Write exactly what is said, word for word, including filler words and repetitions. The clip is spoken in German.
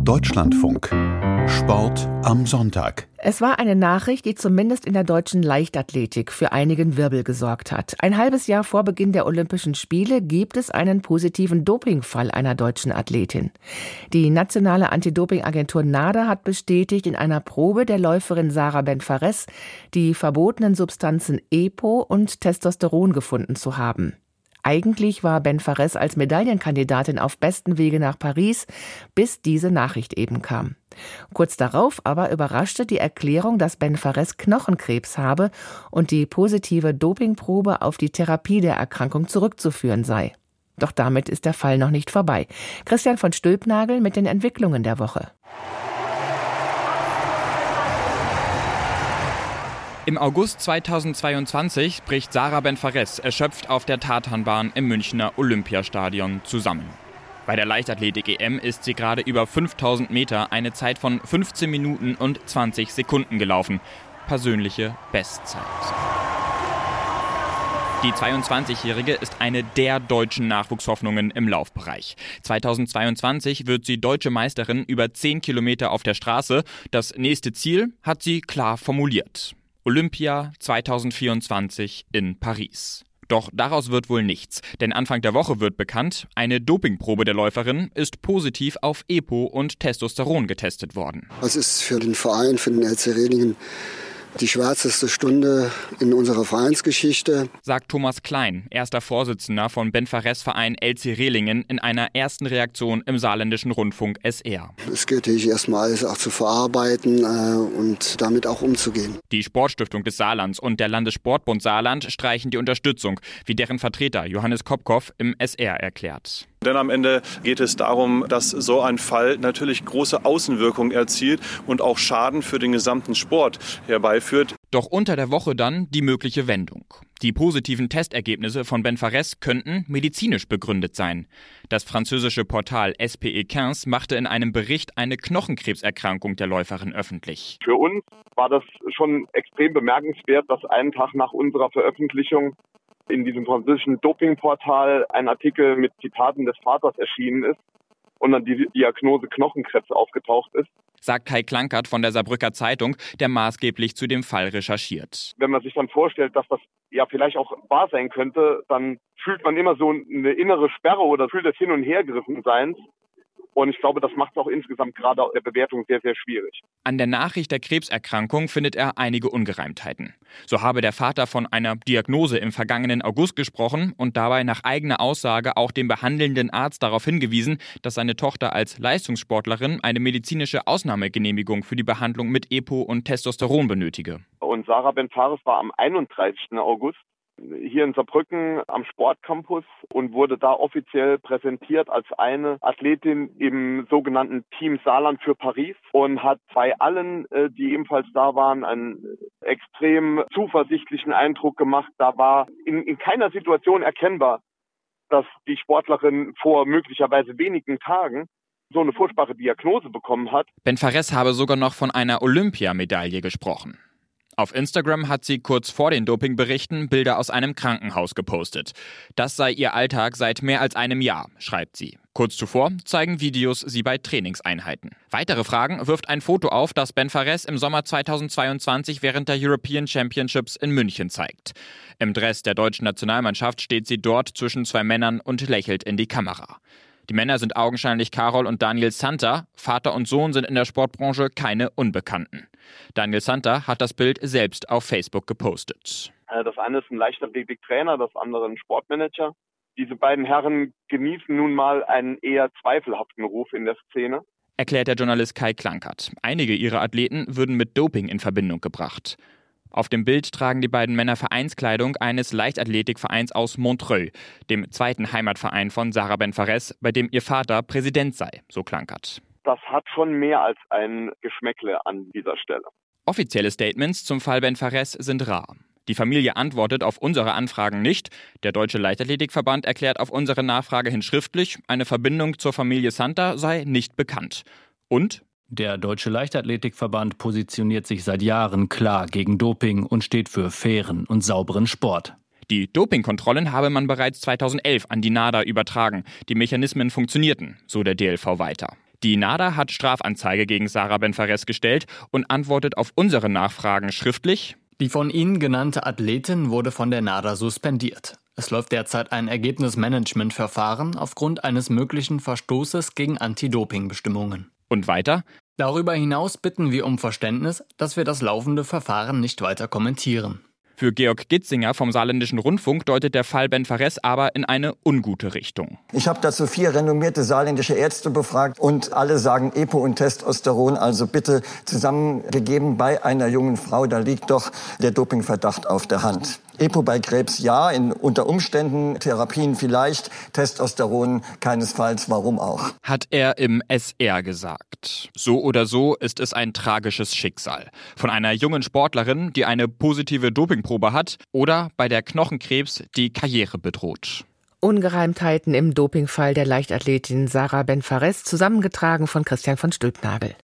Deutschlandfunk. Sport am Sonntag. Es war eine Nachricht, die zumindest in der deutschen Leichtathletik für einigen Wirbel gesorgt hat. Ein halbes Jahr vor Beginn der Olympischen Spiele gibt es einen positiven Dopingfall einer deutschen Athletin. Die nationale Anti-Doping-Agentur NADA hat bestätigt, in einer Probe der Läuferin Sarah Ben-Fares die verbotenen Substanzen EPO und Testosteron gefunden zu haben. Eigentlich war Ben-Fares als Medaillenkandidatin auf besten Wege nach Paris, bis diese Nachricht eben kam. Kurz darauf aber überraschte die Erklärung, dass Ben-Fares Knochenkrebs habe und die positive Dopingprobe auf die Therapie der Erkrankung zurückzuführen sei. Doch damit ist der Fall noch nicht vorbei. Christian von Stülpnagel mit den Entwicklungen der Woche. Im August zweitausendzweiundzwanzig bricht Sarah Ben-Fares erschöpft auf der Tatanbahn im Münchner Olympiastadion zusammen. Bei der Leichtathletik-E M ist sie gerade über fünftausend Meter eine Zeit von fünfzehn Minuten und zwanzig Sekunden gelaufen. Persönliche Bestzeit. Die zweiundzwanzigjährige ist eine der deutschen Nachwuchshoffnungen im Laufbereich. zweitausendzweiundzwanzig wird sie deutsche Meisterin über zehn Kilometer auf der Straße. Das nächste Ziel hat sie klar formuliert. Olympia zweitausendvierundzwanzig in Paris. Doch daraus wird wohl nichts, denn Anfang der Woche wird bekannt, eine Dopingprobe der Läuferin ist positiv auf EPO und Testosteron getestet worden. Das ist für den Verein, für den L C Rehlingen, die schwärzeste Stunde in unserer Vereinsgeschichte, sagt Thomas Klein, erster Vorsitzender von Ben-Fares-Verein L C Rehlingen, in einer ersten Reaktion im saarländischen Rundfunk S R. Es gilt natürlich erstmal alles auch zu verarbeiten äh, und damit auch umzugehen. Die Sportstiftung des Saarlands und der Landessportbund Saarland streichen die Unterstützung, wie deren Vertreter Johannes Kopkow im S R erklärt. Denn am Ende geht es darum, dass so ein Fall natürlich große Außenwirkungen erzielt und auch Schaden für den gesamten Sport herbeiführt. Doch unter der Woche dann die mögliche Wendung. Die positiven Testergebnisse von Ben-Fares könnten medizinisch begründet sein. Das französische Portal S P E fünfzehn machte in einem Bericht eine Knochenkrebserkrankung der Läuferin öffentlich. Für uns war das schon extrem bemerkenswert, dass einen Tag nach unserer Veröffentlichung in diesem französischen Dopingportal ein Artikel mit Zitaten des Vaters erschienen ist und dann die Diagnose Knochenkrebs aufgetaucht ist. Sagt Kai Klankert von der Saarbrücker Zeitung, der maßgeblich zu dem Fall recherchiert. Wenn man sich dann vorstellt, dass das ja vielleicht auch wahr sein könnte, dann fühlt man immer so eine innere Sperre oder fühlt das Hin- und Hergeriffen Seins. Und ich glaube, das macht es auch insgesamt gerade der Bewertung sehr, sehr schwierig. An der Nachricht der Krebserkrankung findet er einige Ungereimtheiten. So habe der Vater von einer Diagnose im vergangenen August gesprochen und dabei nach eigener Aussage auch dem behandelnden Arzt darauf hingewiesen, dass seine Tochter als Leistungssportlerin eine medizinische Ausnahmegenehmigung für die Behandlung mit EPO und Testosteron benötige. Und Sarah Ben-Fares war am einunddreißigsten August hier in Saarbrücken am Sportcampus und wurde da offiziell präsentiert als eine Athletin im sogenannten Team Saarland für Paris und hat bei allen, die ebenfalls da waren, einen extrem zuversichtlichen Eindruck gemacht. Da war in, in keiner Situation erkennbar, dass die Sportlerin vor möglicherweise wenigen Tagen so eine furchtbare Diagnose bekommen hat. Ben-Fares habe sogar noch von einer Olympiamedaille gesprochen. Auf Instagram hat sie kurz vor den Dopingberichten Bilder aus einem Krankenhaus gepostet. Das sei ihr Alltag seit mehr als einem Jahr, schreibt sie. Kurz zuvor zeigen Videos sie bei Trainingseinheiten. Weitere Fragen wirft ein Foto auf, das Ben-Fares im Sommer zweitausendzweiundzwanzig während der European Championships in München zeigt. Im Dress der deutschen Nationalmannschaft steht sie dort zwischen zwei Männern und lächelt in die Kamera. Die Männer sind augenscheinlich Carol und Daniel Santer. Vater und Sohn sind in der Sportbranche keine Unbekannten. Daniel Santer hat das Bild selbst auf Facebook gepostet. Das eine ist ein Leichtathletiktrainer, das andere ein Sportmanager. Diese beiden Herren genießen nun mal einen eher zweifelhaften Ruf in der Szene, erklärt der Journalist Kai Klankert. Einige ihrer Athleten würden mit Doping in Verbindung gebracht. Auf dem Bild tragen die beiden Männer Vereinskleidung eines Leichtathletikvereins aus Montreux, dem zweiten Heimatverein von Sarah Ben-Fares, bei dem ihr Vater Präsident sei, so Klankert. Das hat schon mehr als ein Geschmäckle an dieser Stelle. Offizielle Statements zum Fall Ben-Fares sind rar. Die Familie antwortet auf unsere Anfragen nicht. Der Deutsche Leichtathletikverband erklärt auf unsere Nachfrage hin schriftlich, eine Verbindung zur Familie Santer sei nicht bekannt. Und der Deutsche Leichtathletikverband positioniert sich seit Jahren klar gegen Doping und steht für fairen und sauberen Sport. Die Dopingkontrollen habe man bereits zweitausendelf an die NADA übertragen. Die Mechanismen funktionierten, so der D L V weiter. Die NADA hat Strafanzeige gegen Sarah Benfares gestellt und antwortet auf unsere Nachfragen schriftlich. Die von Ihnen genannte Athletin wurde von der NADA suspendiert. Es läuft derzeit ein Ergebnismanagementverfahren aufgrund eines möglichen Verstoßes gegen Anti-Doping-Bestimmungen. Und weiter? Darüber hinaus bitten wir um Verständnis, dass wir das laufende Verfahren nicht weiter kommentieren. Für Georg Gitzinger vom Saarländischen Rundfunk deutet der Fall Benfares aber in eine ungute Richtung. Ich habe dazu vier renommierte saarländische Ärzte befragt und alle sagen Epo und Testosteron, also bitte zusammengegeben bei einer jungen Frau, da liegt doch der Dopingverdacht auf der Hand. Epo bei Krebs ja, in, unter Umständen, Therapien vielleicht, Testosteron keinesfalls, warum auch? Hat er im S R gesagt. So oder so ist es ein tragisches Schicksal. Von einer jungen Sportlerin, die eine positive Dopingprobe hat, oder bei der Knochenkrebs die Karriere bedroht. Ungereimtheiten im Dopingfall der Leichtathletin Sarah Benfares, zusammengetragen von Christian von Stülpnagel.